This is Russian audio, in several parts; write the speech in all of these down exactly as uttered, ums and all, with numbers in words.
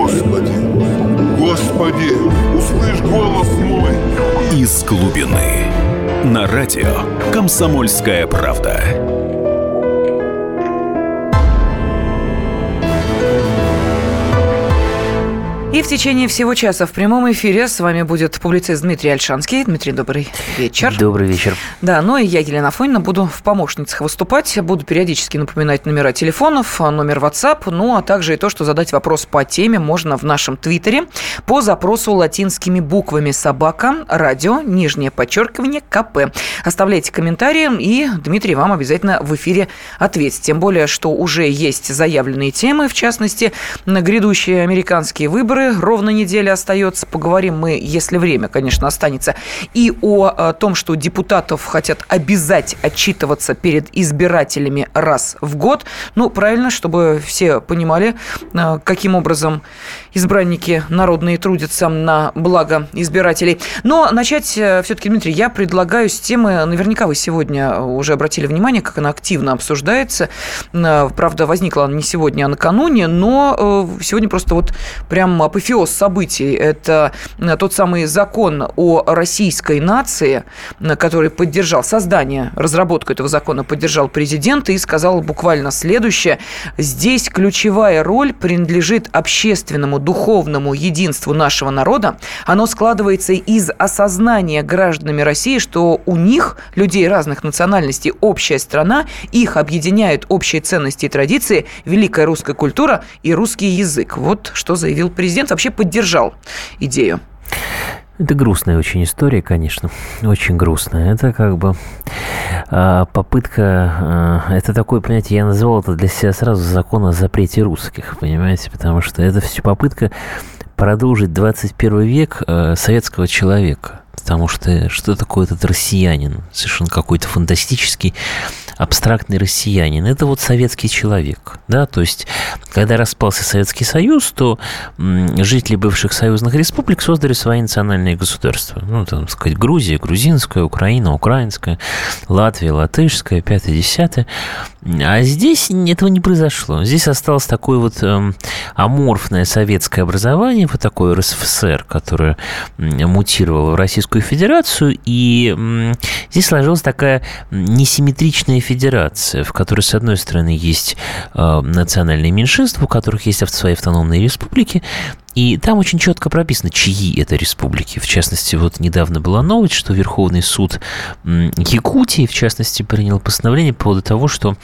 Господи, Господи, услышь голос мой. Из глубины. На радио «Комсомольская правда». И в течение всего часа в прямом эфире с вами будет публицист Дмитрий Ольшанский. Дмитрий, добрый вечер. Добрый вечер. Да, ну и я, Елена Афонина, буду в помощницах выступать. Буду периодически напоминать номера телефонов, номер WhatsApp, ну а также и то, что задать вопрос по теме можно в нашем твиттере по запросу латинскими буквами собака, радио, нижнее подчеркивание, КП. Оставляйте комментарии, и Дмитрий вам обязательно в эфире ответит. Тем более, что уже есть заявленные темы, в частности, на грядущие американские выборы. Ровно неделя остается. Поговорим мы, если время, конечно, останется, и о, о том, что депутатов хотят обязать отчитываться перед избирателями раз в год. Ну, правильно, чтобы все понимали, каким образом избранники народные трудятся на благо избирателей. Но начать все-таки, Дмитрий, я предлагаю с темы, наверняка вы сегодня уже обратили внимание, как она активно обсуждается. Правда, возникла она не сегодня, а накануне, но сегодня просто вот прям апофеоз событий. Это тот самый закон о российской нации, который поддержал создание, разработку этого закона поддержал президент и сказал буквально следующее. Здесь ключевая роль принадлежит общественному духовному единству нашего народа. Оно складывается из осознания гражданами России, что у них, людей разных национальностей, общая страна, их объединяют общие ценности и традиции, великая русская культура и русский язык. Вот что заявил президент. Вообще поддержал идею. Это грустная очень история, конечно, очень грустная. Это как бы э, попытка, э, это такой, понимаете, я называл это для себя сразу закон о запрете русских, понимаете, потому что это все попытка продолжить двадцать первый век э, советского человека. Потому что что такое этот россиянин? Совершенно какой-то фантастический, абстрактный россиянин. Это вот советский человек. Да? То есть, когда распался Советский Союз, то м, жители бывших союзных республик создали свои национальные государства. Ну, там, так сказать, Грузия, грузинская, Украина, украинская, Латвия, латышская, пятое, десятое. А здесь этого не произошло. Здесь осталось такое вот э, аморфное советское образование, вот такое эр эс эф эс эр, которое м, мутировало в Российскую Федерацию, и м, здесь сложилась такая несимметричная федерация, в которой, с одной стороны, есть э, национальные меньшинства, у которых есть свои автономные республики, и там очень четко прописано, чьи это республики. В частности, вот недавно была новость, что Верховный суд Якутии, в частности, принял постановление по поводу того, что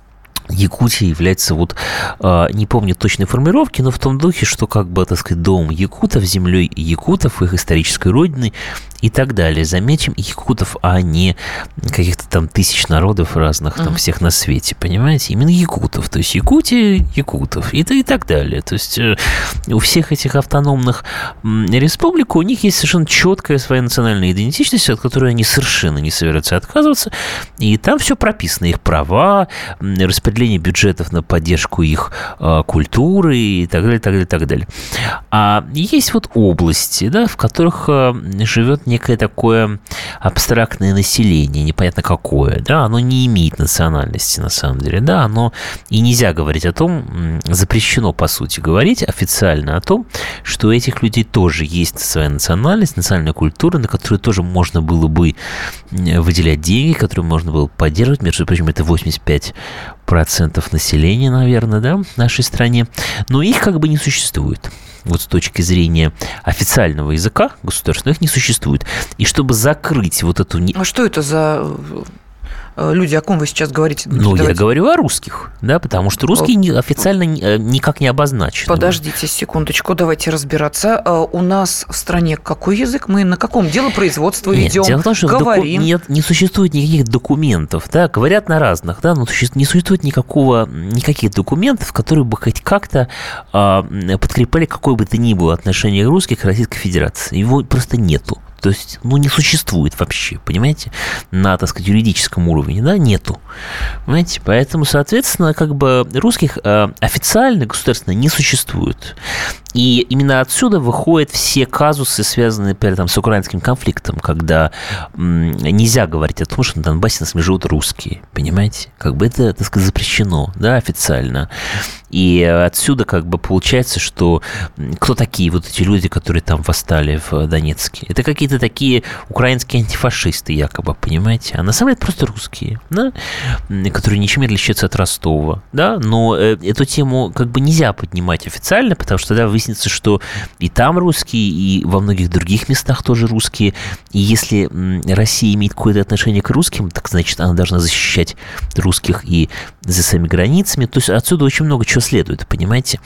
Якутия является, вот, не помню точной формулировки, но в том духе, что, как бы, так сказать, дом якутов, землей якутов, их исторической родиной и так далее. Заметим, якутов, а не каких-то там тысяч народов разных, там, всех на свете, понимаете? Именно якутов. То есть Якутия, якутов и, и так далее. То есть у всех этих автономных республик у них есть совершенно четкая своя национальная идентичность, от которой они совершенно не собираются отказываться. И там все прописано. Их права, распределение бюджетов на поддержку их э, культуры и так далее, так далее, так далее. А есть вот области, да, в которых э, живет некое такое абстрактное население, непонятно какое, да, оно не имеет национальности на самом деле, да, оно и нельзя говорить о том, запрещено по сути говорить официально о том, что у этих людей тоже есть своя национальность, национальная культура, на которую тоже можно было бы выделять деньги, которую можно было поддерживать, между прочим, это восемьдесят пять процентов населения, наверное, да, в нашей стране, но их как бы не существует. Вот с точки зрения официального языка государственного их не существует. И чтобы закрыть вот эту... А что это за... люди, о ком вы сейчас говорите? Ну, давайте. Я говорю о русских, да, потому что русские не, официально никак не обозначены. Подождите секундочку, давайте разбираться. У нас в стране какой язык? Мы на каком делопроизводство ведем? Нет, дело в том, что говорим. Доку... Нет, не существует никаких документов, да, говорят на разных, да, но не существует никакого, никаких документов, которые бы хоть как-то а, подкрепляли какое бы то ни было отношение русских к Российской Федерации. Его просто нету. То есть, ну, не существует вообще, понимаете, на, так сказать, юридическом уровне, да, нету, понимаете, поэтому, соответственно, как бы русских э, официально, государственно не существует. И именно отсюда выходят все казусы, связанные, например, там, с украинским конфликтом, когда м, нельзя говорить о том, что на Донбассе на самом деле живут русские, понимаете? Как бы это, так сказать, запрещено, да, официально. И отсюда как бы получается, что кто такие вот эти люди, которые там восстали в Донецке? Это какие-то такие украинские антифашисты якобы, понимаете? А на самом деле просто русские, да, которые ничем не отличаются от Ростова, да, но эту тему как бы нельзя поднимать официально, потому что тогда выяснится, что и там русские, и во многих других местах тоже русские, и если Россия имеет какое-то отношение к русским, так значит, она должна защищать русских и за своими границами, то есть отсюда очень много чего следует, понимаете?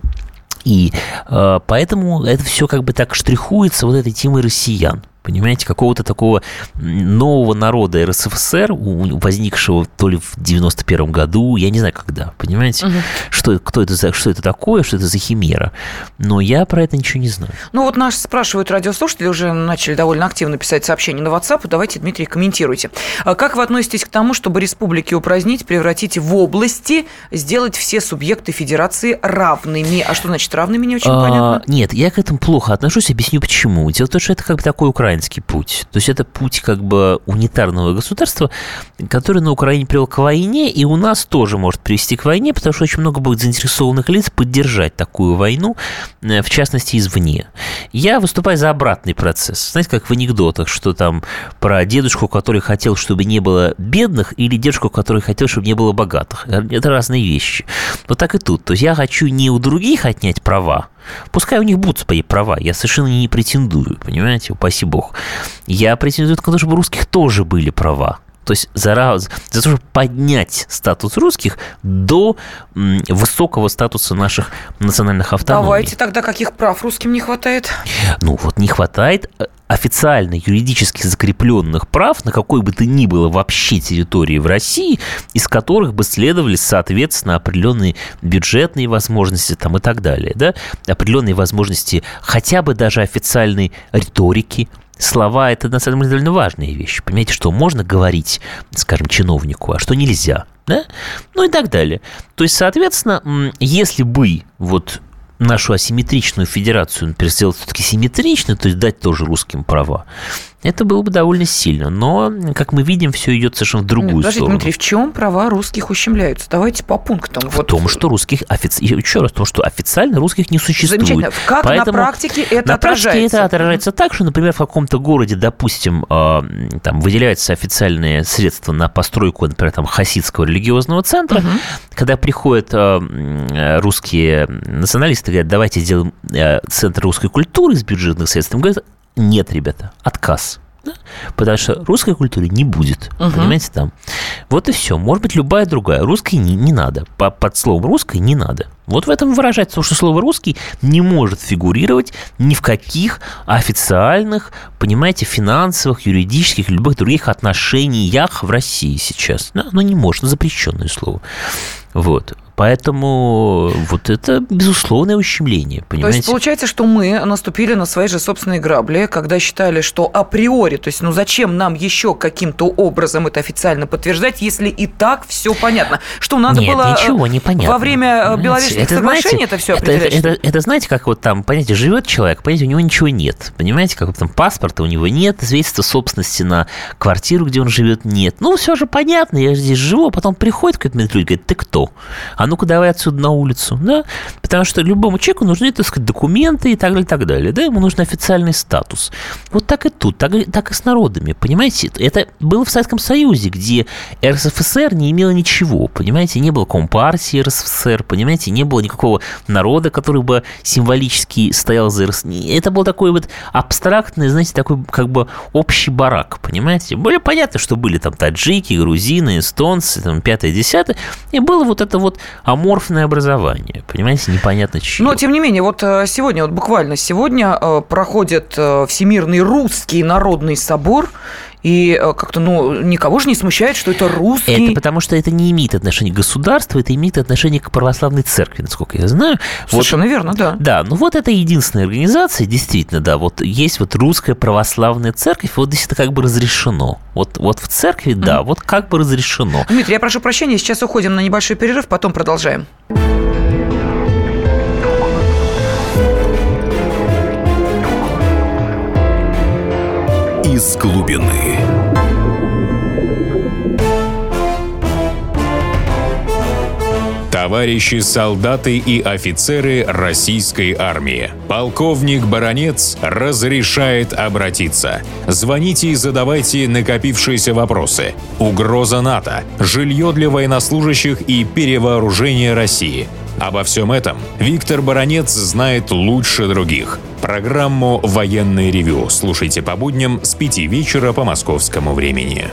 И э, поэтому это все как бы так штрихуется вот этой темой россиян. Понимаете, какого-то такого нового народа эр эс эф эс эр, возникшего то ли в девяносто первом году, я не знаю когда, понимаете, угу. что, кто это за, что это такое, что это за химера. Но я про это ничего не знаю. Ну вот нас спрашивают радиослушатели, уже начали довольно активно писать сообщения на WhatsApp. Давайте, Дмитрий, комментируйте. Как вы относитесь к тому, чтобы республики упразднить, превратить в области, сделать все субъекты федерации равными? А что значит равными, не очень а, понятно. Нет, я к этому плохо отношусь, объясню почему. Дело в том, что это как бы такой украинский путь. То есть это путь как бы унитарного государства, который на Украине привел к войне, и у нас тоже может привести к войне, потому что очень много будет заинтересованных лиц поддержать такую войну, в частности, извне. Я выступаю за обратный процесс. Знаете, как в анекдотах, что там про дедушку, который хотел, чтобы не было бедных, или дедушку, который хотел, чтобы не было богатых. Это разные вещи. Вот так и тут. То есть я хочу не у других отнять права, пускай у них будут свои права, я совершенно не претендую, понимаете, упаси бог. Я претендую к тому, чтобы у русских тоже были права. То есть за, раз, за то, чтобы поднять статус русских до м, высокого статуса наших национальных автономий. Давайте тогда, каких прав русским не хватает? Ну вот не хватает официально юридически закрепленных прав на какой бы то ни было вообще территории в России, из которых бы следовали, соответственно, определенные бюджетные возможности там, и так далее. Да? Определенные возможности хотя бы даже официальной риторики. Слова – это, на самом деле, довольно важные вещи. Понимаете, что можно говорить, скажем, чиновнику, а что нельзя. Да? Ну и так далее. То есть, соответственно, если бы вот нашу асимметричную федерацию, например, сделать все-таки симметричной, то есть дать тоже русским права, это было бы довольно сильно. Но, как мы видим, все идет совершенно в другую Подождите, сторону. Дмитрий, в чем права русских ущемляются? Давайте по пунктам. В вот. том, что русских офици... еще раз, в том, что официально русских не существует. Замечательно. Как Поэтому на практике это на отражается? На практике это отражается так, что, например, в каком-то городе, допустим, э, там выделяются официальные средства на постройку, например, там, хасидского религиозного центра, угу. когда приходят э, русские националисты, говорят, давайте сделаем э, центр русской культуры из бюджетных средств, им говорят, нет, ребята, отказ. Да? Потому что русской культуры не будет. Угу. Понимаете, там. Вот и все. Может быть, любая другая. Русской не, не надо. По, под словом русской не надо. Вот в этом выражается то, что слово русский не может фигурировать ни в каких официальных, понимаете, финансовых, юридических, любых других отношениях в России сейчас. Да? Оно не может. Это запрещенное слово. Вот. Поэтому вот это безусловное ущемление, понимаете? То есть получается, что мы наступили на свои же собственные грабли, когда считали, что априори, то есть ну зачем нам еще каким-то образом это официально подтверждать, если и так все понятно? Что надо Нет, было ничего не понятно. Во время Беловежских соглашений это все определять? Это, это, это знаете, как вот там, понимаете, живет человек, понимаете, у него ничего нет, понимаете, как вот там паспорта у него нет, свидетельства собственности на квартиру, где он живет, нет. Ну, все же понятно, я здесь живу, а потом приходит какой-то люди и говорит, ты кто? А ну-ка давай отсюда на улицу, да? Потому что любому человеку нужны, так сказать, документы и так далее, и так далее, да? Ему нужен официальный статус. Вот так и тут, так и, так и с народами, понимаете? Это было в Советском Союзе, где эр эс эф эс эр не имела ничего, понимаете? Не было компартии эр эс эф эс эр, понимаете? Не было никакого народа, который бы символически стоял за эр эс эф эс эр. Это был такой вот абстрактный, знаете, такой как бы общий барак, понимаете? Более понятно, что были там таджики, грузины, эстонцы, там пятое, десятое, и было вот это вот аморфное образование, понимаете, непонятно чего. Но, тем не менее, вот сегодня, вот буквально сегодня проходит Всемирный русский народный собор, и как-то, ну, никого же не смущает, что это русский. Это потому, что это не имеет отношения к государству, это имеет отношение к православной церкви, насколько я знаю. Совершенно вот, верно, да. Да, ну вот это единственная организация, действительно, да, вот есть вот русская православная церковь, вот здесь это как бы разрешено. Вот, вот в церкви, да, mm-hmm. вот как бы разрешено. Дмитрий, я прошу прощения, сейчас уходим на небольшой перерыв, потом продолжаем. из глубины. Товарищи солдаты и офицеры российской армии. Полковник Баранец разрешает обратиться. Звоните и задавайте накопившиеся вопросы. Угроза НАТО, жилье для военнослужащих и перевооружение России. Обо всем этом Виктор Баранец знает лучше других. Программу «Военное ревю» слушайте по будням с пяти вечера по московскому времени.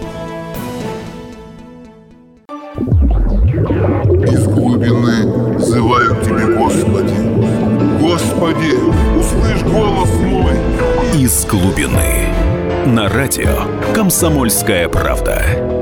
Из глубины взываю к Тебе, Господи. Господи, услышь голос мой. Из глубины. На радио «Комсомольская правда».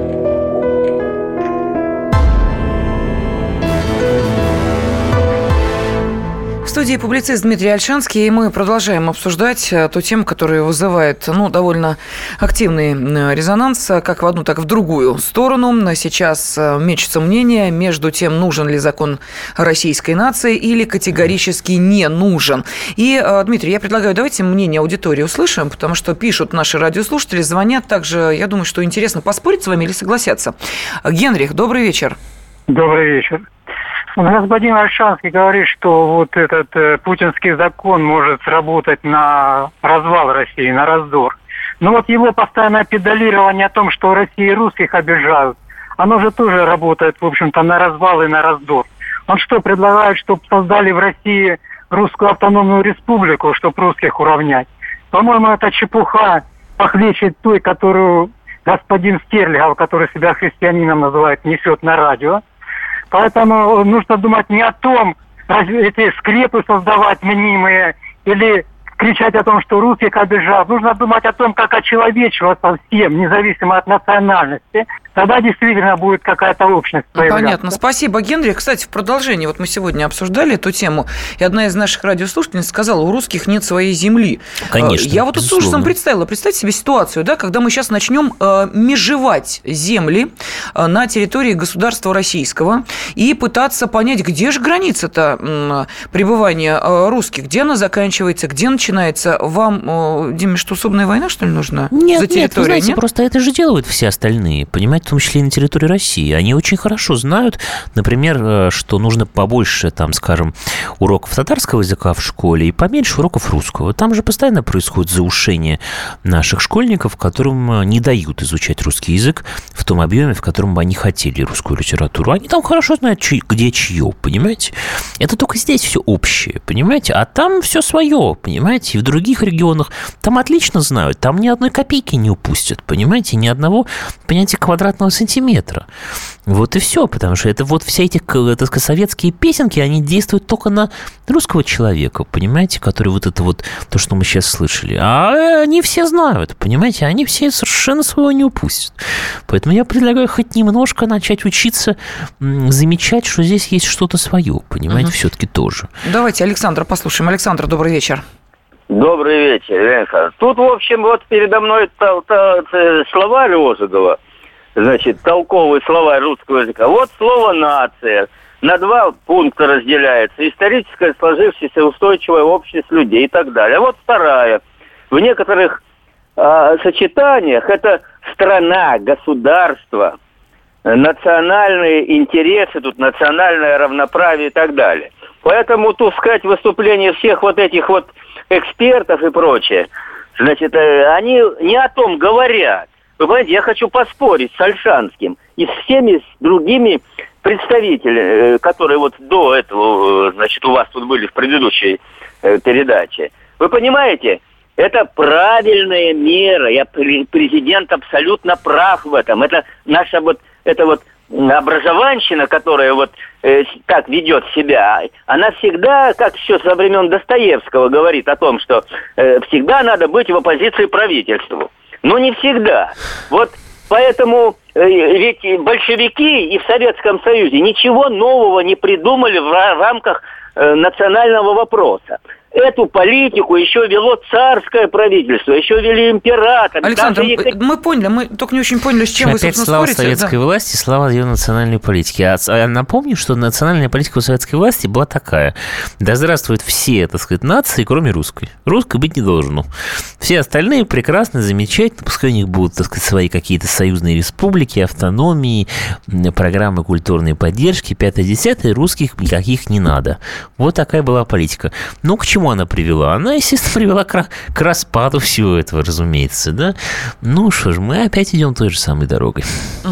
В студии публицист Дмитрий Ольшанский, и мы продолжаем обсуждать ту тему, которая вызывает ну, довольно активный резонанс как в одну, так и в другую сторону. Сейчас мечется мнение между тем, нужен ли закон российской нации или категорически не нужен. И, Дмитрий, я предлагаю, давайте мнение аудитории услышим, потому что пишут наши радиослушатели, звонят. Также, я думаю, что интересно поспорить с вами или согласятся. Генрих, добрый вечер. Добрый вечер. Господин Ольшанский говорит, что вот этот э, путинский закон может сработать на развал России, на раздор. Но вот его постоянное педалирование о том, что Россия и русских обижают, оно же тоже работает, в общем-то, на развал и на раздор. Он что, предлагает, чтобы создали в России русскую автономную республику, чтобы русских уравнять? По-моему, это чепуха похлеще той, которую господин Стерлигов, который себя христианином называет, несет на радио. Поэтому нужно думать не о том, эти скрепы создавать мнимые или кричать о том, что русских обижают. Нужно думать о том, как очеловечиваться всем, независимо от национальности. Тогда действительно будет какая-то общность появляться. Понятно. Спасибо, Генрих. Кстати, в продолжении, вот мы сегодня обсуждали эту тему, и одна из наших радиослушательниц сказала, у русских нет своей земли. Конечно, Я вот тут с ужасом представила. Представьте себе ситуацию, да, когда мы сейчас начнем э, межевать земли э, на территории государства российского и пытаться понять, где же граница-то э, пребывания э, русских, где она заканчивается, где начинается. Вам, э, Дима, что, усобная война, что ли, нужна? Нет, за нет, вы знаете, нет? просто это же делают все остальные, понимаете, в том числе и на территории России. Они очень хорошо знают, например, что нужно побольше, там, скажем, уроков татарского языка в школе и поменьше уроков русского. Там же постоянно происходит заушение наших школьников, которым не дают изучать русский язык в том объеме, в котором бы они хотели русскую литературу. Они там хорошо знают, где чье, понимаете? Это только здесь все общее, понимаете? А там все свое, понимаете? И в других регионах там отлично знают, там ни одной копейки не упустят, понимаете? Ни одного, понимаете, квадратного сантиметра. Вот и все, потому что это вот все эти, так сказать, советские песенки, они действуют только на русского человека, понимаете, который вот это вот, то, что мы сейчас слышали. А они все знают, понимаете, они все совершенно своего не упустят. Поэтому я предлагаю хоть немножко начать учиться замечать, что здесь есть что-то свое, понимаете, угу. Все-таки тоже. Давайте Александра послушаем. Александр, добрый вечер. Добрый вечер, Ленка. Тут, в общем, вот передо мной та, та, та, словарь Озыгова, значит, толковый словарь русского языка. Вот слово «нация» на два пункта разделяется. Историческое сложившееся устойчивое общество людей и так далее. А вот вторая. В некоторых э, сочетаниях это страна, государство, национальные интересы, тут национальное равноправие и так далее. Поэтому, тут сказать, выступления всех вот этих вот экспертов и прочее, значит, они не о том говорят. Вы понимаете, я хочу поспорить с Ольшанским и с всеми с другими представителями, которые вот до этого, значит, у вас тут были в предыдущей передаче. Вы понимаете, это правильная мера. Я президент абсолютно прав в этом. Это наша вот, это вот образованщина, которая вот э, так ведет себя, она всегда, как еще со времен Достоевского, говорит о том, что э, всегда надо быть в оппозиции правительству. Но не всегда. Вот поэтому э, ведь большевики и в Советском Союзе ничего нового не придумали в рамках э, национального вопроса. эту политику еще вело царское правительство, еще вели император. Александр, Даже... мы поняли, мы только не очень поняли, с чем опять вы, собственно, слава спорите. советской да. власти, слава ее национальной политике. А, а напомню, что национальная политика у советской власти была такая. Да здравствуют все, так сказать, нации, кроме русской. Русской быть не должно. Все остальные прекрасны, замечательно, пускай у них будут, так сказать, свои какие-то союзные республики, автономии, программы культурной поддержки, пятое-десятое, русских никаких не надо. Вот такая была политика. Ну, к чему она привела? Она, естественно, привела к, к распаду всего этого, разумеется, да? Ну что ж, мы опять идем той же самой дорогой.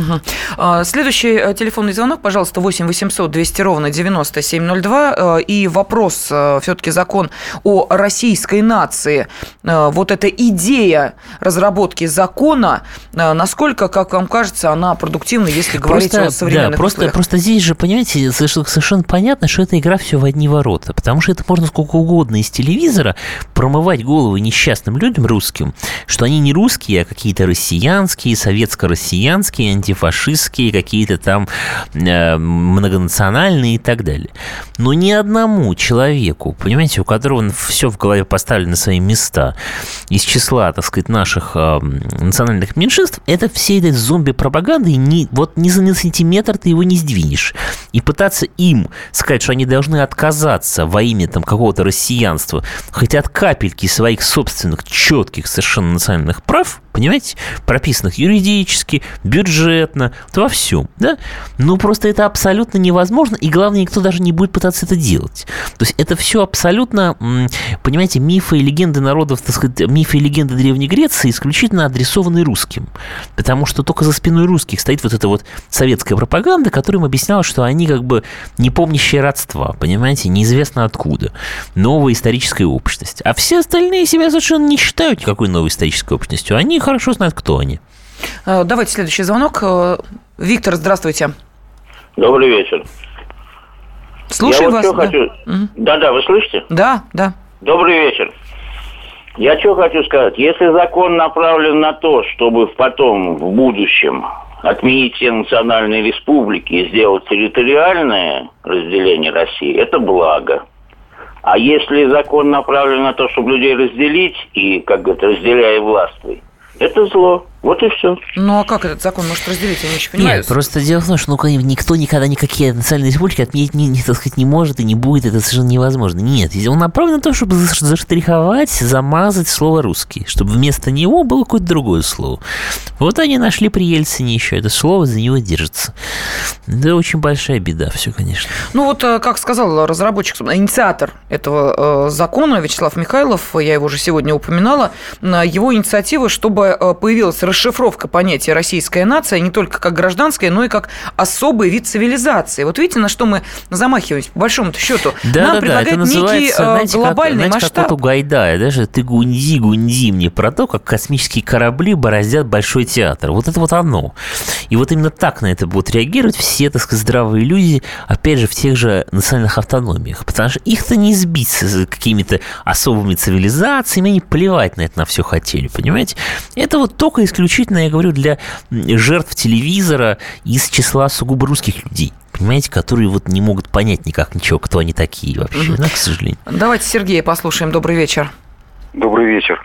Угу. Следующий телефонный звонок, пожалуйста, восемь восемьсот двести ровно девяносто семь ноль два. И вопрос, все-таки закон о российской нации. Вот эта идея разработки закона, насколько, как вам кажется, она продуктивна, если говорить просто, о современных да, просто, условиях? Просто здесь же, понимаете, совершенно понятно, что эта игра все в одни ворота, потому что это можно сколько угодно из телевизора промывать головы несчастным людям русским, что они не русские, а какие-то россиянские, советско-россиянские, антифашистские, какие-то там э, многонациональные и так далее. Но ни одному человеку, понимаете, у которого все в голове поставлено на свои места, из числа, так сказать, наших э, национальных меньшинств, это все этой зомби-пропагандой, ни, вот ни за сантиметр ты его не сдвинешь. И пытаться им сказать, что они должны отказаться во имя там какого-то россиянства, хоть от капельки своих собственных четких совершенно национальных прав, понимаете, прописанных юридически, бюджетно, во всем, да? Ну, просто это абсолютно невозможно, и главное, никто даже не будет пытаться это делать. То есть это все абсолютно, понимаете, мифы и легенды народов, так сказать, мифы и легенды Древней Греции исключительно адресованы русским, потому что только за спиной русских стоит вот эта вот советская пропаганда, которая им объясняла, что они как бы не помнящие родства, понимаете, неизвестно откуда, новая историческая общность. А все остальные себя совершенно не считают никакой новой исторической общностью, они хорошо знают, кто они. Давайте следующий звонок. Виктор, здравствуйте. Добрый вечер. Слушаю Я вас. вот Да. хочу... Угу. Да-да, вы слышите? Да, да. Добрый вечер. Я что хочу сказать. Если закон направлен на то, чтобы потом, в будущем, отменить все национальные республики и сделать территориальное разделение России, это благо. А если закон направлен на то, чтобы людей разделить, и, как говорят, разделяя властвуй, это зло. Вот и все. Ну, а как этот закон может разделить? Я не очень понимаю. Нет, просто дело в том, что ну, никто никогда никакие национальные республики отменить не, не, так сказать, не может и не будет. Это совершенно невозможно. Нет, он направлен на то, чтобы заштриховать, замазать слово «русский», чтобы вместо него было какое-то другое слово. Вот они нашли при Ельцине еще это слово, за него держится. Это очень большая беда все, конечно. Ну, вот, как сказал разработчик, инициатор этого закона Вячеслав Михайлов, я его уже сегодня упоминала, его инициатива, чтобы появилась расшифровка понятия «российская нация» не только как гражданская, но и как особый вид цивилизации. Вот видите, на что мы замахиваемся, по большому счету. Да, Нам да, предлагают да, это некий знаете, глобальный как, знаете, масштаб. Как вот у Гайдая, даже ты гунди, гунди мне про то, как космические корабли бороздят большой театр. Вот это вот оно. И вот именно так на это будут реагировать все, так сказать, здравые люди, опять же, в тех же национальных автономиях. Потому что их-то не сбить с какими-то особыми цивилизациями, они плевать на это на все хотели, понимаете? Это вот только исключительно, я говорю, для жертв телевизора из числа сугубо русских людей, понимаете, которые вот не могут понять никак ничего, кто они такие вообще, да, к сожалению. Давайте Сергея послушаем. Добрый вечер. Добрый вечер.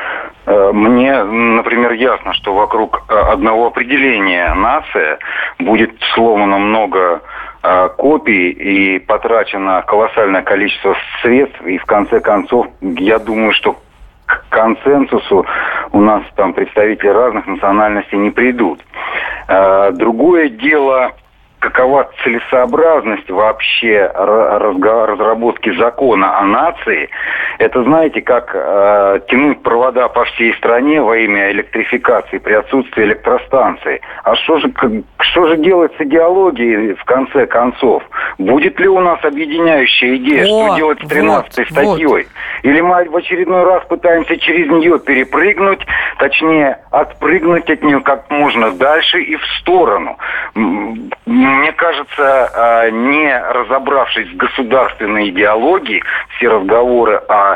Мне, например, ясно, что вокруг одного определения «нация» будет сломано много копий и потрачено колоссальное количество средств, и в конце концов, я думаю, что к консенсусу у нас там представители разных национальностей не придут. Другое дело, какова целесообразность вообще разработки закона о нации. Это, знаете, как э, тянуть провода по всей стране во имя электрификации при отсутствии электростанций. А что же, что же делать с идеологией в конце концов? Будет ли у нас объединяющая идея, О, что делать с тринадцатой вот, статьей? Вот. Или мы в очередной раз пытаемся через нее перепрыгнуть, точнее, отпрыгнуть от нее как можно дальше и в сторону. Мне кажется, не разобравшись в государственной идеологии, все разговоры о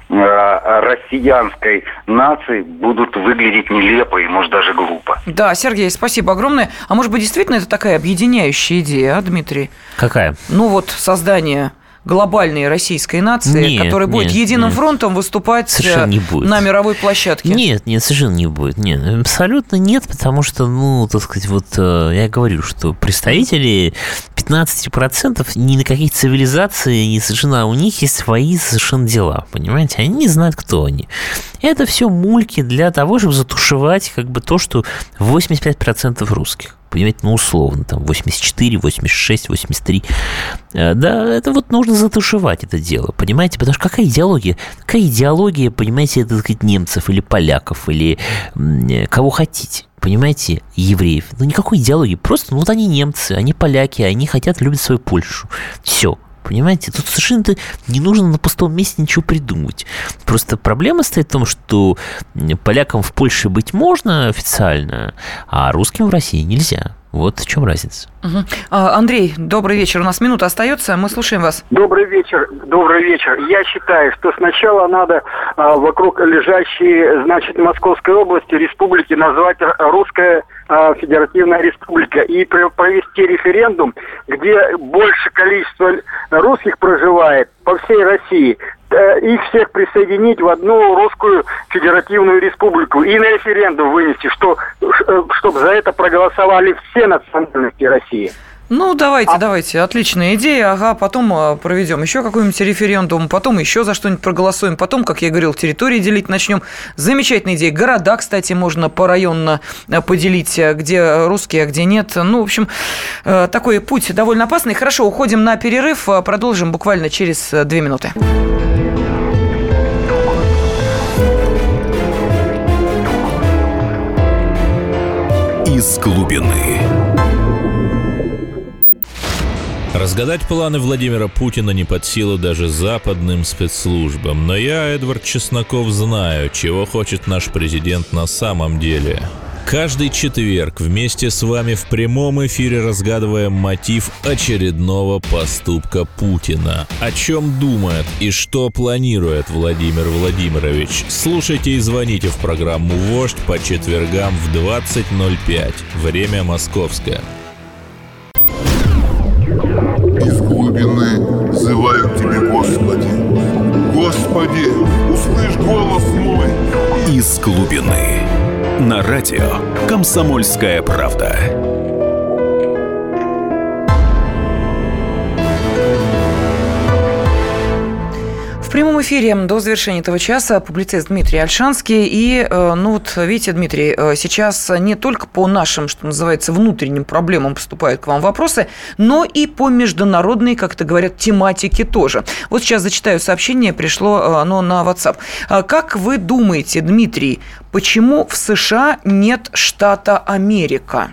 россиянской нации будут выглядеть нелепо и, может, даже глупо. Да, Сергей, спасибо огромное. А может быть, действительно это такая объединяющая идея, а, Дмитрий? Какая? Ну вот создание глобальной российской нации, нет, которая будет нет, единым нет. фронтом выступать Совершенно не будет. на мировой площадке? Нет, нет, совершенно не будет. Нет, абсолютно нет, потому что, ну, так сказать, вот я говорю, что представители пятнадцать процентов ни на каких цивилизаций, ни совершенно, у них есть свои совершенно дела, понимаете? Они не знают, кто они. Это все мульки для того, чтобы затушевать как бы то, что восемьдесят пять процентов русских. Понимаете, ну, условно, там, восемьдесят четыре, восемьдесят шесть, восемьдесят три. Да, это вот нужно затушевать это дело, понимаете? Потому что какая идеология? Какая идеология, понимаете, это, так сказать, немцев или поляков, или кого хотите? Понимаете, евреев. Ну, никакой идеологии. Просто, ну, вот они немцы, они поляки, они хотят, любят свою Польшу. Все. Понимаете, тут совершенно не нужно на пустом месте ничего придумывать. Просто проблема стоит в том, что полякам в Польше быть можно официально, а русским в России нельзя. Вот в чем разница. Угу. Андрей, добрый вечер. У нас минута остается, мы слушаем вас. Добрый вечер, добрый вечер. Я считаю, что сначала надо а, вокруг лежащей, значит, Московской области, республики назвать Русская а, Федеративная Республика и провести референдум, где больше количество русских проживает по всей России. Их всех присоединить в одну Русскую Федеративную Республику и на референдум вынести, что, чтобы за это проголосовали все национальности России. Ну, давайте, а... давайте, отличная идея, ага, потом проведем еще какой-нибудь референдум, потом еще за что-нибудь проголосуем, потом, как я говорил, территории делить начнем. Замечательная идея. Города, кстати, можно порайонно поделить, где русские, а где нет. Ну, в общем, такой путь довольно опасный. Хорошо, уходим на перерыв, продолжим буквально через две минуты. Из глубины. Разгадать планы Владимира Путина не под силу даже западным спецслужбам. Но я, Эдвард Чесноков, знаю, чего хочет наш президент на самом деле. Каждый четверг вместе с вами в прямом эфире разгадываем мотив очередного поступка Путина. О чем думает и что планирует Владимир Владимирович? Слушайте и звоните в программу «Вождь» по четвергам в двадцать ноль пять. Время московское. Из глубины взываю к Тебе, Господи. Господи, услышь голос мой. Из глубины. На радио «Комсомольская правда». В прямом эфире до завершения этого часа публицист Дмитрий Ольшанский. И, ну вот, видите, Дмитрий, сейчас не только по нашим, что называется, внутренним проблемам поступают к вам вопросы, но и по международной, как это говорят, тематике тоже. Вот сейчас зачитаю сообщение, пришло оно на WhatsApp. Как вы думаете, Дмитрий, почему в США нет штата Америка?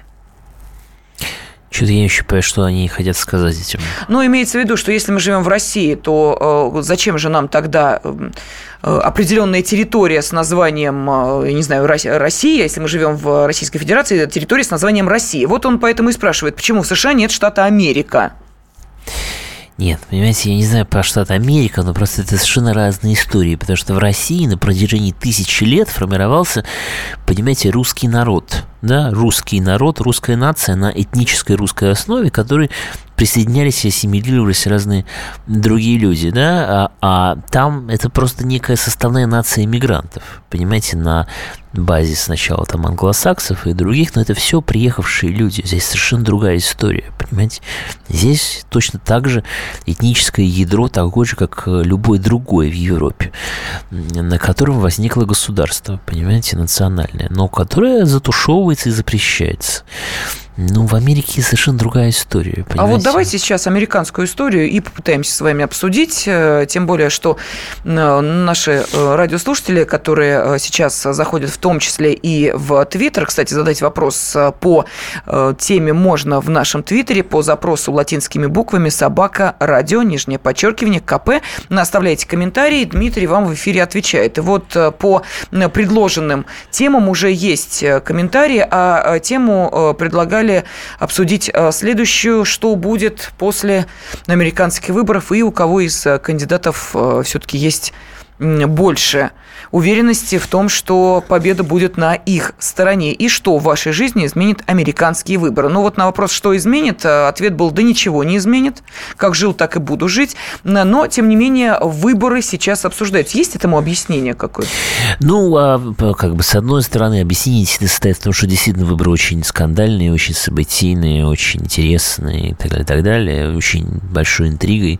Что-то я не считаю, что они хотят сказать этим. Ну, имеется в виду, что если мы живем в России, то э, зачем же нам тогда э, определенная территория с названием, э, я не знаю, Россия, если мы живем в Российской Федерации, территория с названием Россия. Вот он поэтому и спрашивает, почему в США нет штата Америка? Нет, понимаете, я не знаю про штат Америка, но просто это совершенно разные истории, потому что в России на протяжении тысячи лет формировался, понимаете, русский народ, да, русский народ, русская нация на этнической русской основе, которой присоединялись и ассимилировались разные другие люди, да, а, а там это просто некая составная нация иммигрантов, понимаете, на базе сначала там англосаксов и других, но это все приехавшие люди, здесь совершенно другая история, понимаете, здесь точно так же этническое ядро такое же, как любое другое в Европе, на котором возникло государство, понимаете, национальное, но которое затушевывается и запрещается. Ну, в Америке совершенно другая история, понимаете? А вот давайте сейчас американскую историю и попытаемся с вами обсудить, тем более, что наши радиослушатели, которые сейчас заходят в том числе и в Твиттер, кстати, задать вопрос по теме можно в нашем Твиттере, по запросу латинскими буквами собака радио, нижнее подчеркивание, КП, оставляйте комментарии, Дмитрий вам в эфире отвечает. И вот по предложенным темам уже есть комментарии, а тему предлагали обсудить следующую, что будет после американских выборов и у кого из кандидатов все-таки есть больше уверенности в том, что победа будет на их стороне, и что в вашей жизни изменит американские выборы. Ну вот на вопрос, что изменит, ответ был: да ничего не изменит, как жил, так и буду жить. Но, тем не менее, выборы сейчас обсуждаются. Есть этому объяснение какое-то? Ну, как бы, с одной стороны, объяснение состоит в том, что действительно выборы очень скандальные, очень событийные, очень интересные и так далее, и так далее, очень большой интригой.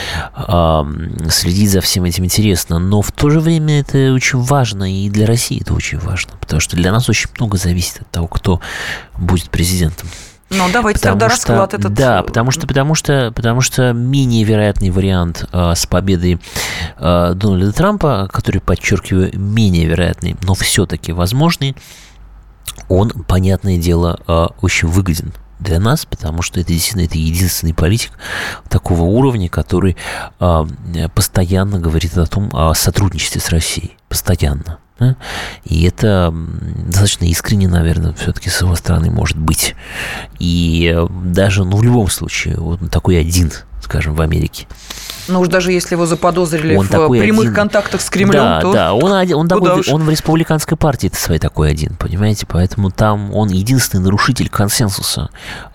Следить за всем этим интересно, но в то же время это очень важно, и для России это очень важно, потому что для нас очень много зависит от того, кто будет президентом. Ну, давайте потому тогда что, расклад этот. Да, потому что, потому что, потому что менее вероятный вариант э, с победой э, Дональда Трампа, который, подчеркиваю, менее вероятный, но все-таки возможный, он, понятное дело, э, очень выгоден для нас, потому что это действительно это единственный политик такого уровня, который э, постоянно говорит о том, о сотрудничестве с Россией. Постоянно. Да? И это достаточно искренне, наверное, все-таки с его стороны может быть. И даже, ну, в любом случае, вот он такой один, скажем, в Америке. Ну уж даже если его заподозрили он в прямых один... контактах с Кремлем, да, то да, он, один, он, такой, уж. он в республиканской партии -то своей такой один, понимаете? Поэтому там он единственный нарушитель консенсуса,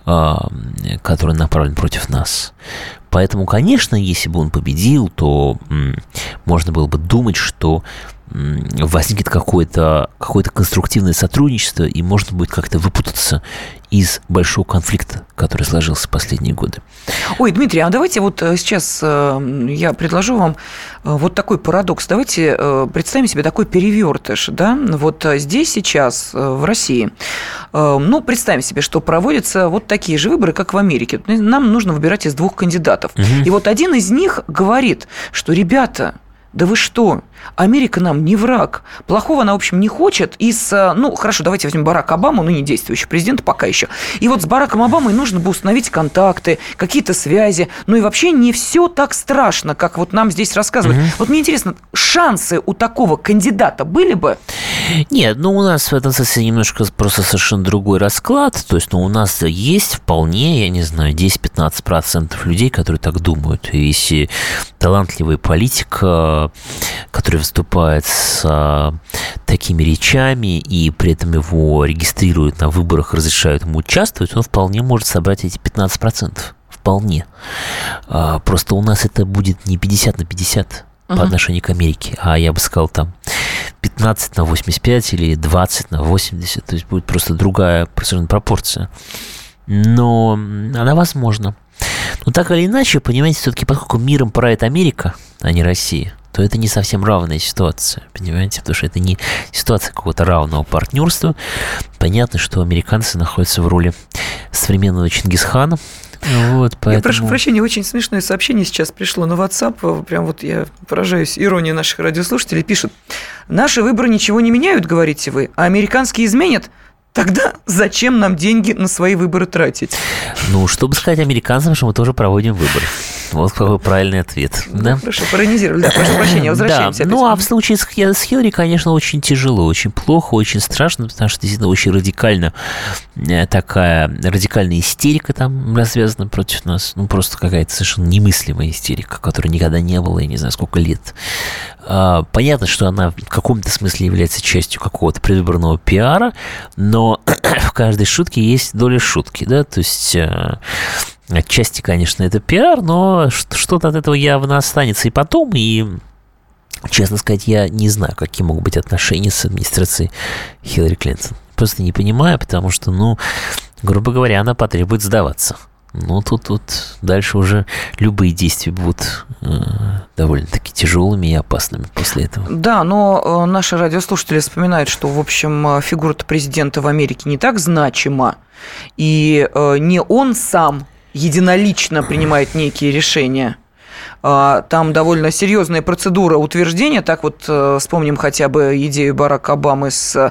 который направлен против нас. Поэтому, конечно, если бы он победил, то м, можно было бы думать, что м, возникнет какое-то, какое-то конструктивное сотрудничество, и можно будет как-то выпутаться из большого конфликта, который сложился в последние годы. Ой, Дмитрий, а давайте вот сейчас я предложу вам вот такой парадокс. Давайте представим себе такой перевертыш, да? Вот здесь сейчас, в России, ну, представим себе, что проводятся вот такие же выборы, как в Америке. Нам нужно выбирать из двух кандидатов. Угу. И вот один из них говорит, что, ребята, да вы что? Америка нам не враг. Плохого она, в общем, не хочет. И с, ну, хорошо, давайте возьмем Барака Обаму, ну, не действующий президент пока еще. И вот с Бараком Обамой нужно бы установить контакты, какие-то связи. Ну, и вообще не все так страшно, как вот нам здесь рассказывают. Угу. Вот мне интересно, шансы у такого кандидата были бы? Нет, ну, у нас в этом смысле немножко просто совершенно другой расклад. То есть, ну, у нас есть вполне, я не знаю, десять-пятнадцать процентов людей, которые так думают. И если талантливый политик, который выступает с а, такими речами и при этом его регистрируют на выборах, разрешают ему участвовать, он вполне может собрать эти пятнадцать процентов. Вполне. А, просто у нас это будет не пятьдесят на пятьдесят uh-huh. по отношению к Америке, а я бы сказал там пятнадцать на восемьдесят пять или двадцать на восемьдесят. То есть будет просто другая совершенно пропорция. Но она возможна. Но так или иначе, понимаете, все-таки поскольку миром правит Америка, а не Россия, то это не совсем равная ситуация, понимаете? Потому что это не ситуация какого-то равного партнерства. Понятно, что американцы находятся в роли современного Чингисхана. Вот, поэтому... Я прошу прощения, очень смешное сообщение сейчас пришло на WhatsApp. Прям вот я поражаюсь иронии наших радиослушателей. Пишут: наши выборы ничего не меняют, говорите вы, а американские изменят? Тогда зачем нам деньги на свои выборы тратить? Ну, чтобы сказать американцам, что мы тоже проводим выборы. Вот какой правильный ответ. Ну, да? Хорошо, паронизировали. Да, прошу прощения, возвращаемся. Да. Ну, а в случае с, с Хиллари, конечно, очень тяжело, очень плохо, очень страшно, потому что действительно очень радикально такая радикальная истерика там развязана против нас. Ну, просто какая-то совершенно немыслимая истерика, которой никогда не было, я не знаю, сколько лет. Понятно, что она в каком-то смысле является частью какого-то предвыборного пиара, но в каждой шутке есть доля шутки, да, то есть отчасти, конечно, это пиар, но что-то от этого явно останется и потом, и, честно сказать, я не знаю, какие могут быть отношения с администрацией Хиллари Клинтон. Просто не понимаю, потому что, ну, грубо говоря, она потребует сдаваться. Ну, тут, тут дальше уже любые действия будут э, довольно-таки тяжелыми и опасными после этого. Да, но э, наши радиослушатели вспоминают, что, в общем, фигура президента в Америке не так значима, и э, не он сам единолично принимает некие решения. Там довольно серьезная процедура утверждения. Так вот, вспомним хотя бы идею Барака Обамы с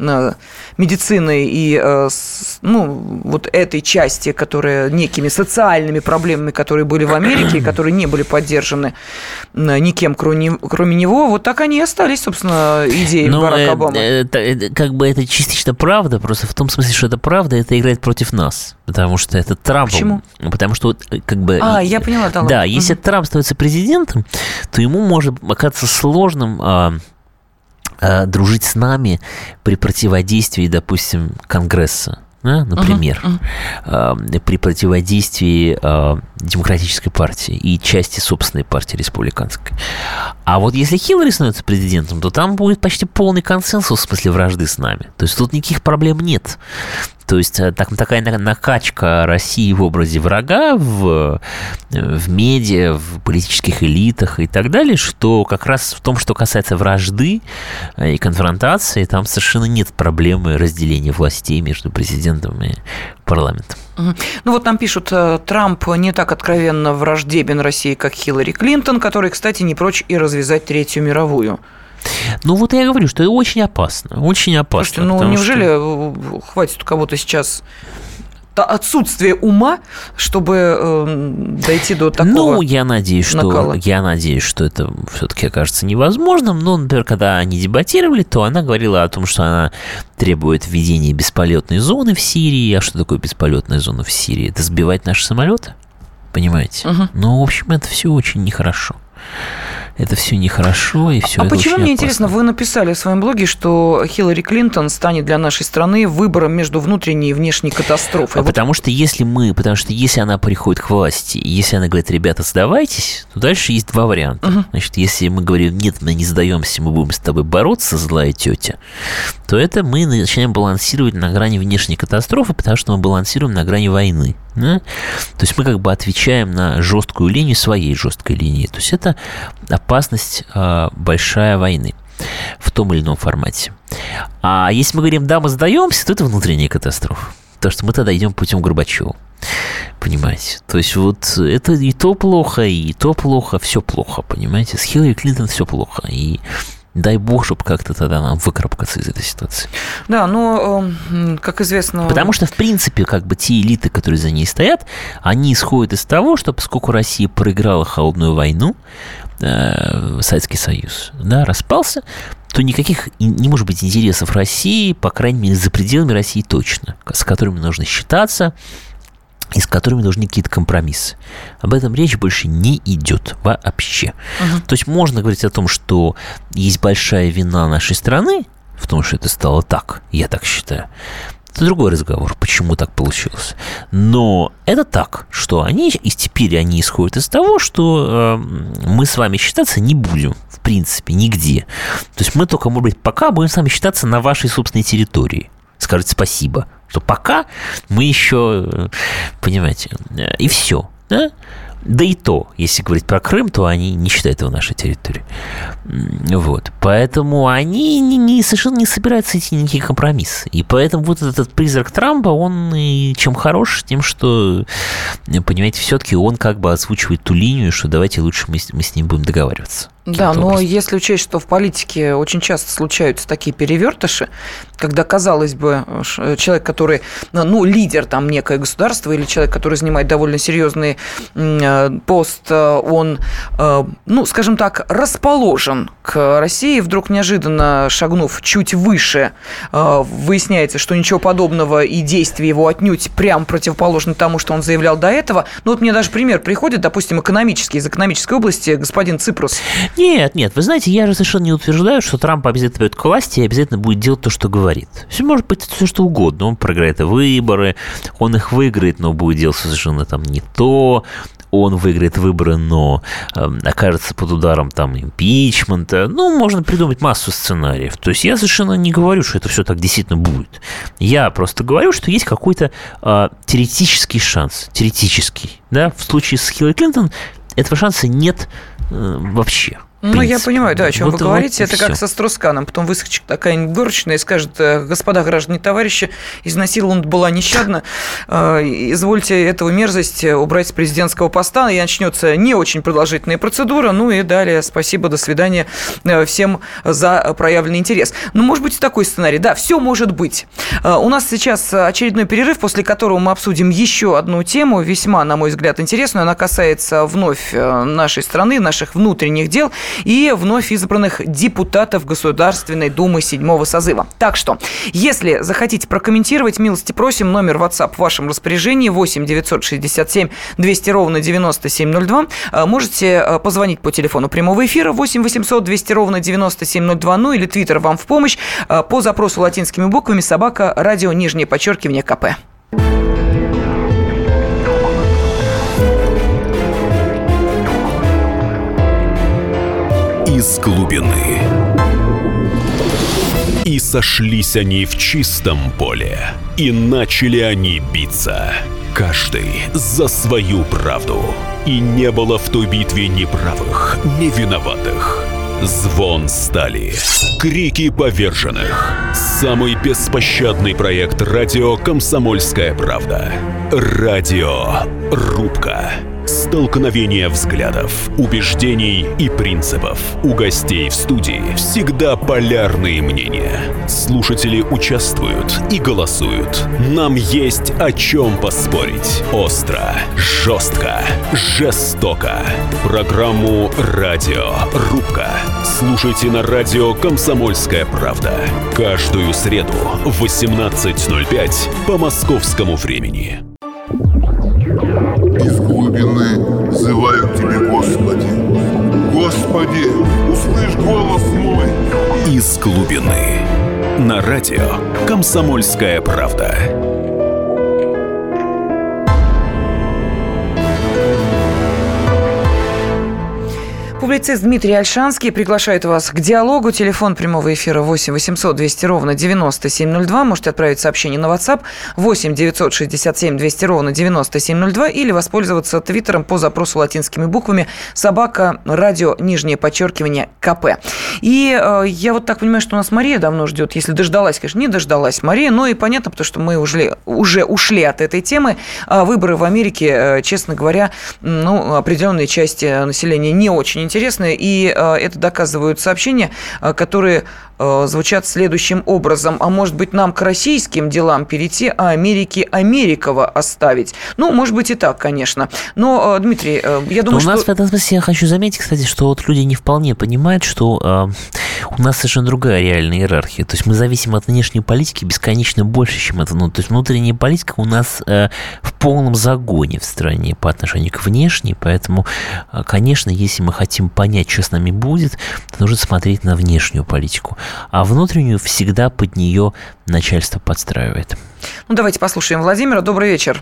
медициной и с, ну, вот этой части, которая некими социальными проблемами, которые были в Америке, которые не были поддержаны никем, кроме, кроме него. Вот так они и остались, собственно, идеей ну, Барака Обамы. Это, это, как бы это частично правда, просто в том смысле, что это правда, это играет против нас. Потому что это Трамп. Почему? Потому что вот, как бы... А, я поняла. Да, да, если угу. Трамп становится президентом, то ему может оказаться сложным а, а, дружить с нами при противодействии, допустим, Конгресса. Да, например, uh-huh. э, при противодействии э, Демократической партии и части собственной партии республиканской. А вот если Хиллари становится президентом, то там будет почти полный консенсус в смысле вражды с нами. То есть тут никаких проблем нет. То есть так, такая накачка России в образе врага в, в медиа, в политических элитах и так далее, что как раз в том, что касается вражды и конфронтации, там совершенно нет проблемы разделения властей между президентом и парламентом. Ну вот нам пишут, Трамп не так откровенно враждебен России, как Хиллари Клинтон, который, кстати, не прочь и развязать Третью мировую. Ну, вот я говорю, что это очень опасно. Очень опасно. Слушайте, ну, неужели что... хватит у кого-то сейчас отсутствие ума, чтобы э, дойти до такого Ну, я надеюсь, накала. что я надеюсь, что это все-таки окажется невозможным. Но, например, когда они дебатировали, то она говорила о том, что она требует введения бесполетной зоны в Сирии. А что такое бесполетная зона в Сирии? Это сбивать наши самолеты? Понимаете? Угу. Ну, в общем, это все очень нехорошо. Это все нехорошо, и все а это почему, очень мне опасно. интересно, вы написали в своем блоге, что Хиллари Клинтон станет для нашей страны выбором между внутренней и внешней катастрофой? А вот... Потому что если мы, потому что если она приходит к власти, и если она говорит, ребята, сдавайтесь, то дальше есть два варианта. Угу. Значит, если мы говорим, нет, мы не сдаемся, мы будем с тобой бороться, злая тетя, то это мы начинаем балансировать на грани внешней катастрофы, потому что мы балансируем на грани войны. Да? То есть мы как бы отвечаем на жесткую линию своей жесткой линии. То есть это опасность э, большая войны в том или ином формате. А если мы говорим, да, мы сдаемся, то это внутренняя катастрофа. Потому что мы тогда идем путем Горбачева. Понимаете? То есть вот это и то плохо, и то плохо, все плохо, понимаете? С Хиллари Клинтон все плохо. И дай бог, чтобы как-то тогда нам выкарабкаться из этой ситуации. Да, но, как известно... Потому что, в принципе, как бы те элиты, которые за ней стоят, они исходят из того, что поскольку Россия проиграла холодную войну, э, Советский Союз, да, распался, то никаких не может быть интересов России, по крайней мере, за пределами России точно, с которыми нужно считаться, и с которыми нужны какие-то компромиссы. Об этом речь больше не идет вообще. Uh-huh. То есть можно говорить о том, что есть большая вина нашей страны в том, что это стало так, я так считаю. Это другой разговор, почему так получилось. Но это так, что они, и теперь они исходят из того, что э, мы с вами считаться не будем, в принципе, нигде. То есть мы только, может быть, пока будем с вами считаться на вашей собственной территории. Скажите спасибо, что пока мы еще, понимаете, и все, да? Да и то, если говорить про Крым, то они не считают его нашей территорией. Вот. Поэтому они не, не, совершенно не собираются идти никакие компромиссы. И поэтому вот этот призрак Трампа, он и чем хорош, тем, что, понимаете, все-таки он как бы озвучивает ту линию, что давайте лучше мы, мы с ним будем договариваться. Да, но образом. Если учесть, что в политике очень часто случаются такие перевертыши, когда, казалось бы, человек, который, ну, лидер там некое государство, или человек, который занимает довольно серьезный пост, он, ну, скажем так, расположен к России, вдруг неожиданно шагнув чуть выше, выясняется, что ничего подобного и действия его отнюдь прям противоположны тому, что он заявлял до этого. Ну, вот мне даже пример приходит, допустим, экономический, из экономической области господин Ципрус. Нет, нет, вы знаете, я же совершенно не утверждаю, что Трамп обязательно придет к власти и обязательно будет делать то, что говорит. Все может быть все, что угодно. Он проиграет выборы, он их выиграет, но будет делать совершенно там не то. Он выиграет выборы, но э, окажется под ударом там импичмента. Ну, можно придумать массу сценариев. То есть я совершенно не говорю, что это все так действительно будет. Я просто говорю, что есть какой-то э, теоретический шанс. Теоретический. Да? В случае с Хиллари Клинтон этого шанса нет э, вообще. Ну, я понимаю, да, о чем вот, вы говорите. Вот это все. Как со Струсканом. Потом выскочит такая горничная и скажет: господа граждане, товарищи, изнасилована была нещадно. Извольте эту мерзость убрать с президентского поста. И начнется не очень продолжительная процедура. Ну и далее спасибо, до свидания всем за проявленный интерес. Ну, может быть, такой сценарий. Да, все может быть. У нас сейчас очередной перерыв, после которого мы обсудим еще одну тему, весьма, на мой взгляд, интересную. Она касается вновь нашей страны, наших внутренних дел. и вновь избранных депутатов Государственной Думы седьмого созыва. Так что, если захотите прокомментировать, милости просим, номер WhatsApp в вашем распоряжении восемь девятьсот шестьдесят семь двести ровно девяносто семь ноль два. Можете позвонить по телефону прямого эфира восемь восемьсот двести ровно девяносто семь ноль два, ну или твиттер вам в помощь по запросу латинскими буквами собака радио нижнее подчеркивание КП. Из глубины. И сошлись они в чистом поле, и начали они биться, каждый за свою правду. И не было в той битве ни правых, ни виноватых. Звон стали, крики поверженных. Самый беспощадный проект радио «Комсомольская правда». Радиорубка. Столкновение взглядов, убеждений и принципов. У гостей в студии всегда полярные мнения. Слушатели участвуют и голосуют. Нам есть о чем поспорить. Остро, жестко, жестоко. Программу «Радиорубка» слушайте на радио «Комсомольская правда». Каждую среду в восемнадцать ноль пять по московскому времени. Из глубины взывают тебе, Господи. Господи, услышь голос мой. Из глубины. На радио «Комсомольская правда». Публицист Дмитрий Ольшанский приглашает вас к диалогу. Телефон прямого эфира восемь восемьсот двести ровно девяносто семь ноль два. Можете отправить сообщение на WhatsApp восемь девятьсот шестьдесят семь двести ровно девяносто семь ноль два или воспользоваться твиттером по запросу латинскими буквами собака радио нижнее подчеркивание КП. И э, я вот так понимаю, что у нас Мария давно ждет. Если дождалась, конечно, не дождалась Мария, но и понятно, потому что мы уже, уже ушли от этой темы. А выборы в Америке, э, честно говоря, ну, определенной части населения не очень интересны. Интересно, и э, это доказывают сообщения, э, которые э, звучат следующим образом. А может быть, нам к российским делам перейти, а Америке Америкова оставить? Ну, может быть, и так, конечно. Но, э, Дмитрий, э, я думаю, что... У нас в этом смысле я хочу заметить, кстати, что вот люди не вполне понимают, что э, у нас совершенно другая реальная иерархия. То есть мы зависим от внешней политики бесконечно больше, чем это. Ну, то есть внутренняя политика у нас э, в полном загоне в стране по отношению к внешней, поэтому, э, конечно, если мы хотим понять, что с нами будет, нужно смотреть на внешнюю политику. А внутреннюю всегда под нее начальство подстраивает. Ну, давайте послушаем Владимира. Добрый вечер.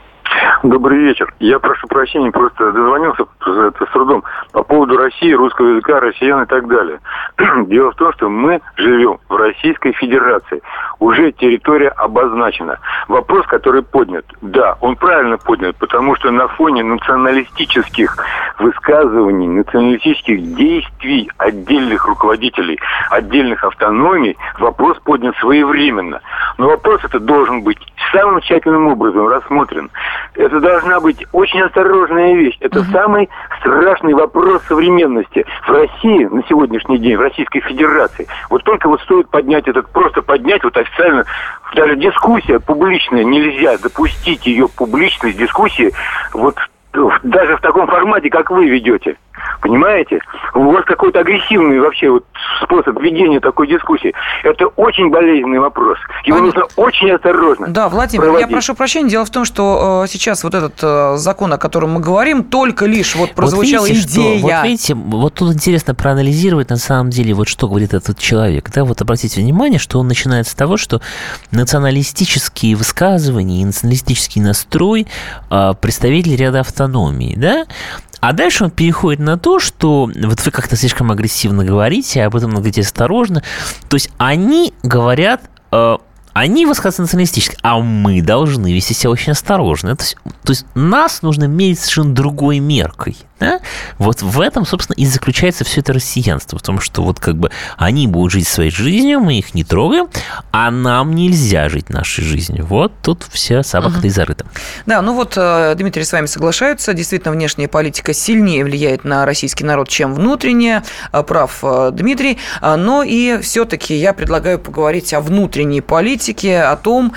Добрый вечер. Я прошу прощения, просто дозвонился с трудом по поводу России, русского языка, россиян и так далее. Дело в том, что мы живем в Российской Федерации. Уже территория обозначена. Вопрос, который поднят, да, он правильно поднят, потому что на фоне националистических высказываний, националистических действий отдельных руководителей, отдельных автономий, вопрос поднят своевременно. Но вопрос этот должен быть самым тщательным образом рассмотрен. Это должна быть очень осторожная вещь. Это uh-huh. самый страшный вопрос современности. В России на сегодняшний день, в Российской Федерации, вот только вот стоит поднять этот, просто поднять вот официально, даже дискуссия публичная, нельзя допустить ее публичность дискуссии вот даже в таком формате, как вы ведете. Понимаете? У вас какой-то агрессивный вообще вот способ ведения такой дискуссии. Это очень болезненный вопрос. Его Понятно. нужно очень осторожно Да, Владимир, проводить. Я прошу прощения. Дело в том, что э, сейчас вот этот э, закон, о котором мы говорим, только лишь вот прозвучала вот видите, идея. Что, вот видите, вот тут интересно проанализировать на самом деле, вот что говорит этот человек. Да? Вот обратите внимание, что он начинает с того, что националистические высказывания и националистический настрой э, представителей ряда автономий, да? А дальше он переходит на то, что вот вы как-то слишком агрессивно говорите, а об этом говорите осторожно. То есть они говорят, э, они высказываются националистически, а мы должны вести себя очень осторожно. То есть, то есть нас нужно мерить совершенно другой меркой. Да? Вот в этом, собственно, и заключается все это россиянство. В том, что вот как бы они будут жить своей жизнью, мы их не трогаем, а нам нельзя жить нашей жизнью. Вот тут вся собака-то угу. и зарыта. Да, ну вот Дмитрий с вами соглашаются. Действительно, внешняя политика сильнее влияет на российский народ, чем внутренняя. Прав Дмитрий. Но и все-таки я предлагаю поговорить о внутренней политике, о том,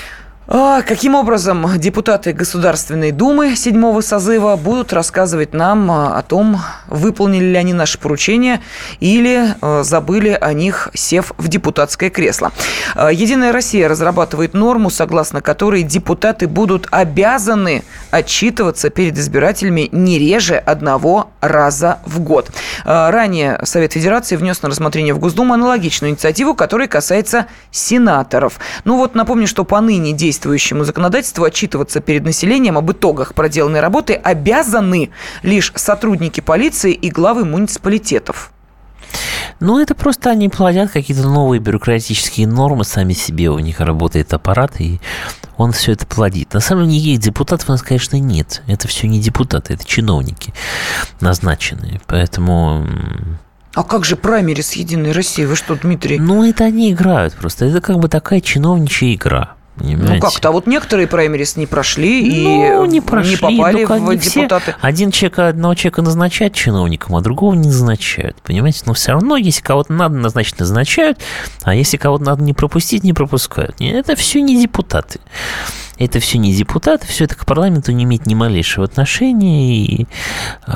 каким образом депутаты Государственной Думы седьмого созыва будут рассказывать нам о том, выполнили ли они наши поручения или э, забыли о них, сев в депутатское кресло. Э, Единая Россия разрабатывает норму, согласно которой депутаты будут обязаны отчитываться перед избирателями не реже одного раза в год. Э, ранее Совет Федерации внес на рассмотрение в Госдуму аналогичную инициативу, которая касается сенаторов. Ну вот напомню, что по ныне действующему законодательству отчитываться перед населением об итогах проделанной работы обязаны лишь сотрудники полиции и главы муниципалитетов. Ну, это просто они плодят какие-то новые бюрократические нормы, сами себе у них работает аппарат, и он все это плодит. На самом деле, никаких депутатов у нас, конечно, нет. Это все не депутаты, это чиновники назначенные. Поэтому... А как же праймерис Единой России? Вы что, Дмитрий? Ну, это они играют просто. Это как бы такая чиновничья игра. Понимаете? Ну как-то, а вот некоторые праймерис не прошли ну, и не, прошли, не попали ну, в депутаты. Все. Один человек, одного человека назначают чиновником, а другого не назначают. Понимаете? Но все равно, если кого-то надо назначить, назначают, а если кого-то надо не пропустить, не пропускают. Это все не депутаты. Это все не депутаты, все это к парламенту не имеет ни малейшего отношения. И, э,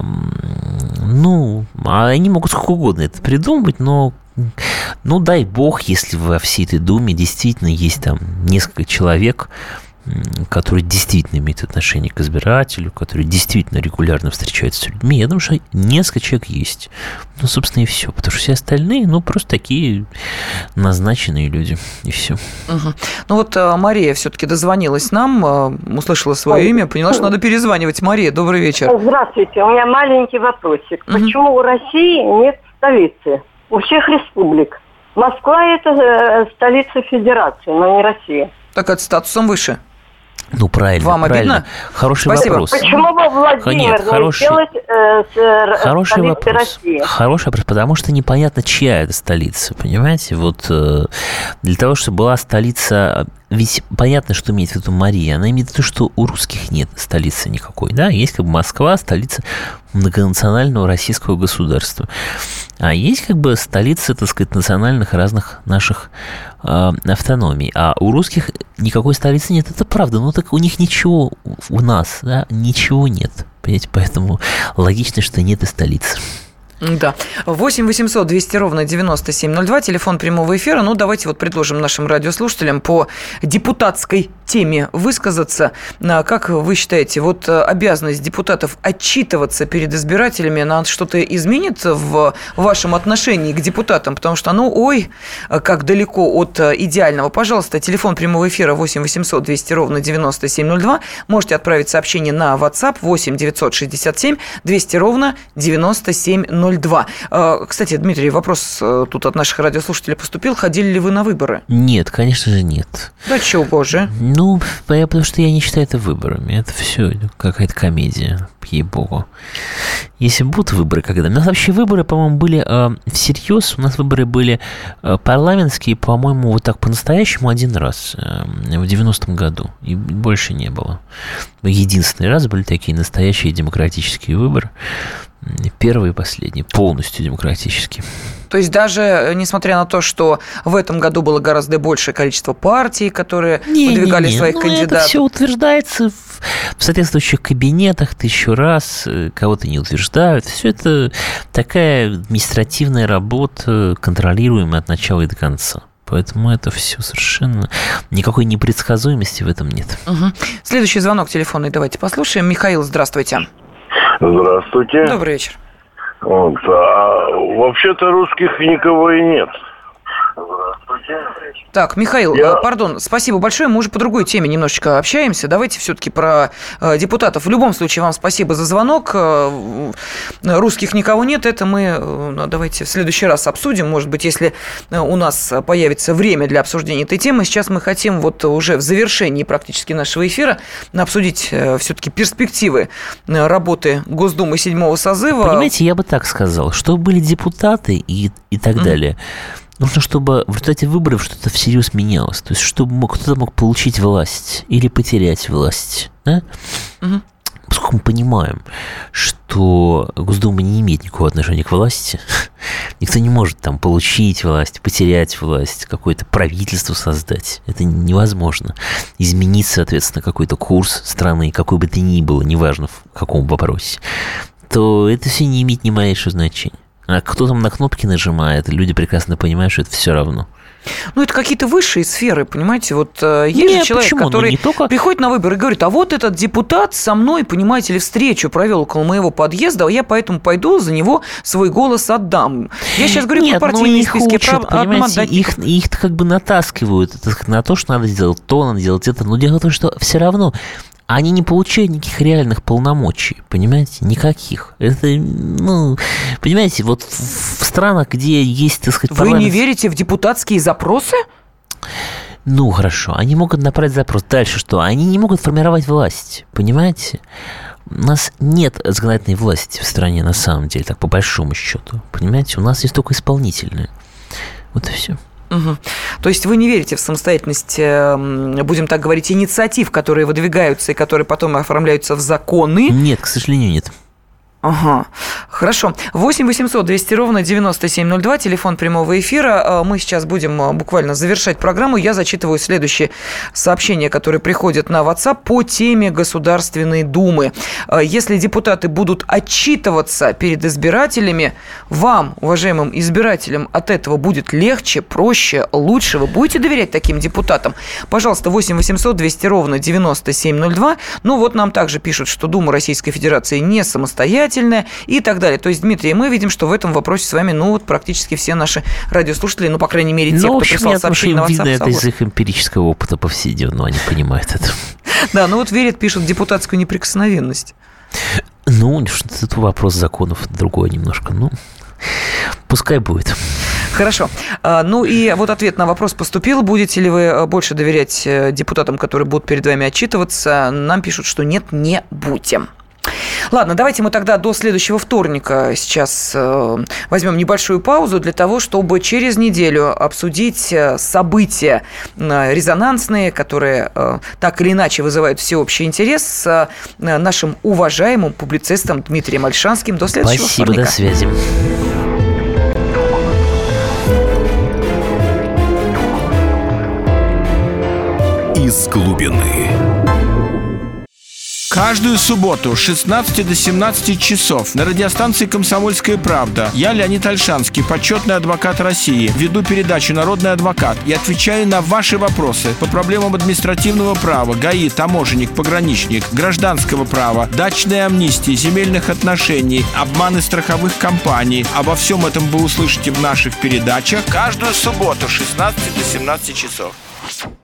ну, они могут сколько угодно это придумать, но, ну, дай бог, если во всей этой Думе действительно есть там несколько человек, которые действительно имеют отношение к избирателю, которые действительно регулярно встречаются с людьми. Я думаю, что несколько человек есть. Ну, собственно, и все. Потому что все остальные, ну, просто такие назначенные люди. И все. Угу. Ну, вот Мария все-таки дозвонилась нам, услышала свое имя, поняла, что надо перезванивать. Мария, добрый вечер. Здравствуйте. У меня маленький вопросик. Угу. Почему у России нет столицы? У всех республик. Москва – это столица Федерации, но не Россия. Так это статусом выше. Ну, правильно. Вам правильно. обидно? Хороший Спасибо. вопрос. Почему бы Владимир Нет, не хороший, сделать э, хороший вопрос. России? Хороший вопрос, потому что непонятно, чья это столица, понимаете? Вот э, для того, чтобы была столица... Ведь понятно, что имеет в виду Мария. Она имеет в виду, что у русских нет столицы никакой. Да? Есть как бы Москва, столица многонационального российского государства. А есть как бы столицы, так сказать, национальных разных наших э, автономий. А у русских никакой столицы нет. Это правда. Но так у них ничего, у нас, да, ничего нет. Понимаете? Поэтому логично, что нет и столицы. Да. восемь восемьсот двести ровно девяносто семь ноль два, телефон прямого эфира. Ну, давайте вот предложим нашим радиослушателям по депутатской теме высказаться. Как вы считаете, вот обязанность депутатов отчитываться перед избирателями, она что-то изменит в вашем отношении к депутатам? Потому что, ну, ой, как далеко от идеального. Пожалуйста, телефон прямого эфира восемь восемьсот двести ровно девяносто семь ноль два. Можете отправить сообщение на WhatsApp восемь девятьсот шестьдесят семь двести ровно девяносто семь ноль два. Кстати, Дмитрий, вопрос тут от наших радиослушателей поступил. Ходили ли вы на выборы? Нет, конечно же, нет. Да чего, боже. Ну, потому что я не считаю это выборами. Это все какая-то комедия, ей-богу. Если будут выборы когда... У нас вообще выборы, по-моему, были э, всерьез. У нас выборы были э, парламентские, по-моему, вот так по-настоящему один раз э, в девяностом году. И больше не было. Единственный раз были такие настоящие демократические выборы. Первый и последний, полностью демократический. То есть даже несмотря на то, что в этом году было гораздо большее количество партий, которые не, выдвигали не, не. своих ну, кандидатов. Это все утверждается в, в соответствующих кабинетах тысячу раз, кого-то не утверждают. Все это такая административная работа, контролируемая от начала и до конца. Поэтому это все совершенно... Никакой непредсказуемости в этом нет. Угу. Следующий звонок телефонный давайте послушаем. Михаил, здравствуйте. Здравствуйте. Добрый вечер. Вот, а вообще-то русских никого и нет. Так, Михаил, Я... пардон, спасибо большое. Мы уже по другой теме немножечко общаемся. Давайте все-таки про э, депутатов. В любом случае, вам спасибо за звонок. Э, русских никого нет. Это мы э, давайте в следующий раз обсудим. Может быть, если у нас появится время для обсуждения этой темы. Сейчас мы хотим вот уже в завершении практически нашего эфира обсудить э, все-таки перспективы работы Госдумы седьмого созыва. Понимаете, я бы так сказал, что были депутаты и, и так mm-hmm. далее. Нужно, чтобы в результате выборов что-то всерьез менялось. То есть, чтобы мог, кто-то мог получить власть или потерять власть. Да? Угу. Поскольку мы понимаем, что Госдума не имеет никакого отношения к власти, никто не может там получить власть, потерять власть, какое-то правительство создать. Это невозможно. Изменить, соответственно, какой-то курс страны, какой бы то ни было, неважно в каком вопросе. то это все не имеет ни малейшего значения. А кто там на кнопки нажимает, люди прекрасно понимают, что это все равно. Ну, это какие-то высшие сферы, понимаете? Вот э, есть Нет, же человек, почему? который Ну, только... приходит на выборы и говорит, а вот этот депутат со мной, понимаете ли, встречу провел около моего подъезда, а я поэтому пойду за него свой голос отдам. Я сейчас говорю Нет, про партийные их списки. учат, Про... понимаете, их, их как бы натаскивают на то, что надо сделать то, надо делать это. Но дело в том, что все равно они не получают никаких реальных полномочий, понимаете, никаких. Это, ну, понимаете, вот в странах, где есть, так сказать, Вы парламент... не верите в депутатские запросы? Ну, хорошо, они могут направить запрос. Дальше что? Они не могут формировать власть, понимаете? У нас нет законодательной власти в стране на самом деле, так по большому счету, понимаете? У нас есть только исполнительная. Вот и все. Угу. То есть вы не верите в самостоятельность, будем так говорить, инициатив, которые выдвигаются и которые потом оформляются в законы? Нет, к сожалению, нет. Ага, хорошо. восемь восемьсот двести ровно девяносто семь ноль два, телефон прямого эфира. Мы сейчас будем буквально завершать программу. Я зачитываю следующие сообщения, которые приходят на WhatsApp по теме Государственной Думы. Если депутаты будут отчитываться перед избирателями, вам, уважаемым избирателям, от этого будет легче, проще, лучше. Вы будете доверять таким депутатам? Пожалуйста, восемь восемьсот двести ровно девяносто семь ноль два. Ну вот нам также пишут, что Дума Российской Федерации не самостоятельная и так далее. То есть, Дмитрий, мы видим, что в этом вопросе с вами, ну, вот практически все наши радиослушатели, ну, по крайней мере, те, ну, кто прислал сообщение на WhatsApp. Видно, это из их эмпирического опыта повседневного, они понимают это. Да, ну вот верят, пишут депутатскую неприкосновенность. Ну, это вопрос законов, другой немножко, ну, пускай будет. Хорошо. Ну и вот ответ на вопрос поступил. Будете ли вы больше доверять депутатам, которые будут перед вами отчитываться? Нам пишут, что нет, не будем. Ладно, давайте мы тогда до следующего вторника сейчас э, возьмем небольшую паузу для того, чтобы через неделю обсудить события э, резонансные, которые э, так или иначе вызывают всеобщий интерес с э, нашим уважаемым публицистом Дмитрием Ольшанским. До следующего Спасибо, вторника. До связи. Из глубины. Каждую субботу с шестнадцати до семнадцати часов на радиостанции «Комсомольская правда» я, Леонид Ольшанский, почетный адвокат России, веду передачу «Народный адвокат» и отвечаю на ваши вопросы по проблемам административного права, ГАИ, таможенник, пограничник, гражданского права, дачной амнистии, земельных отношений, обманы страховых компаний. Обо всем этом вы услышите в наших передачах каждую субботу с шестнадцати до семнадцати часов.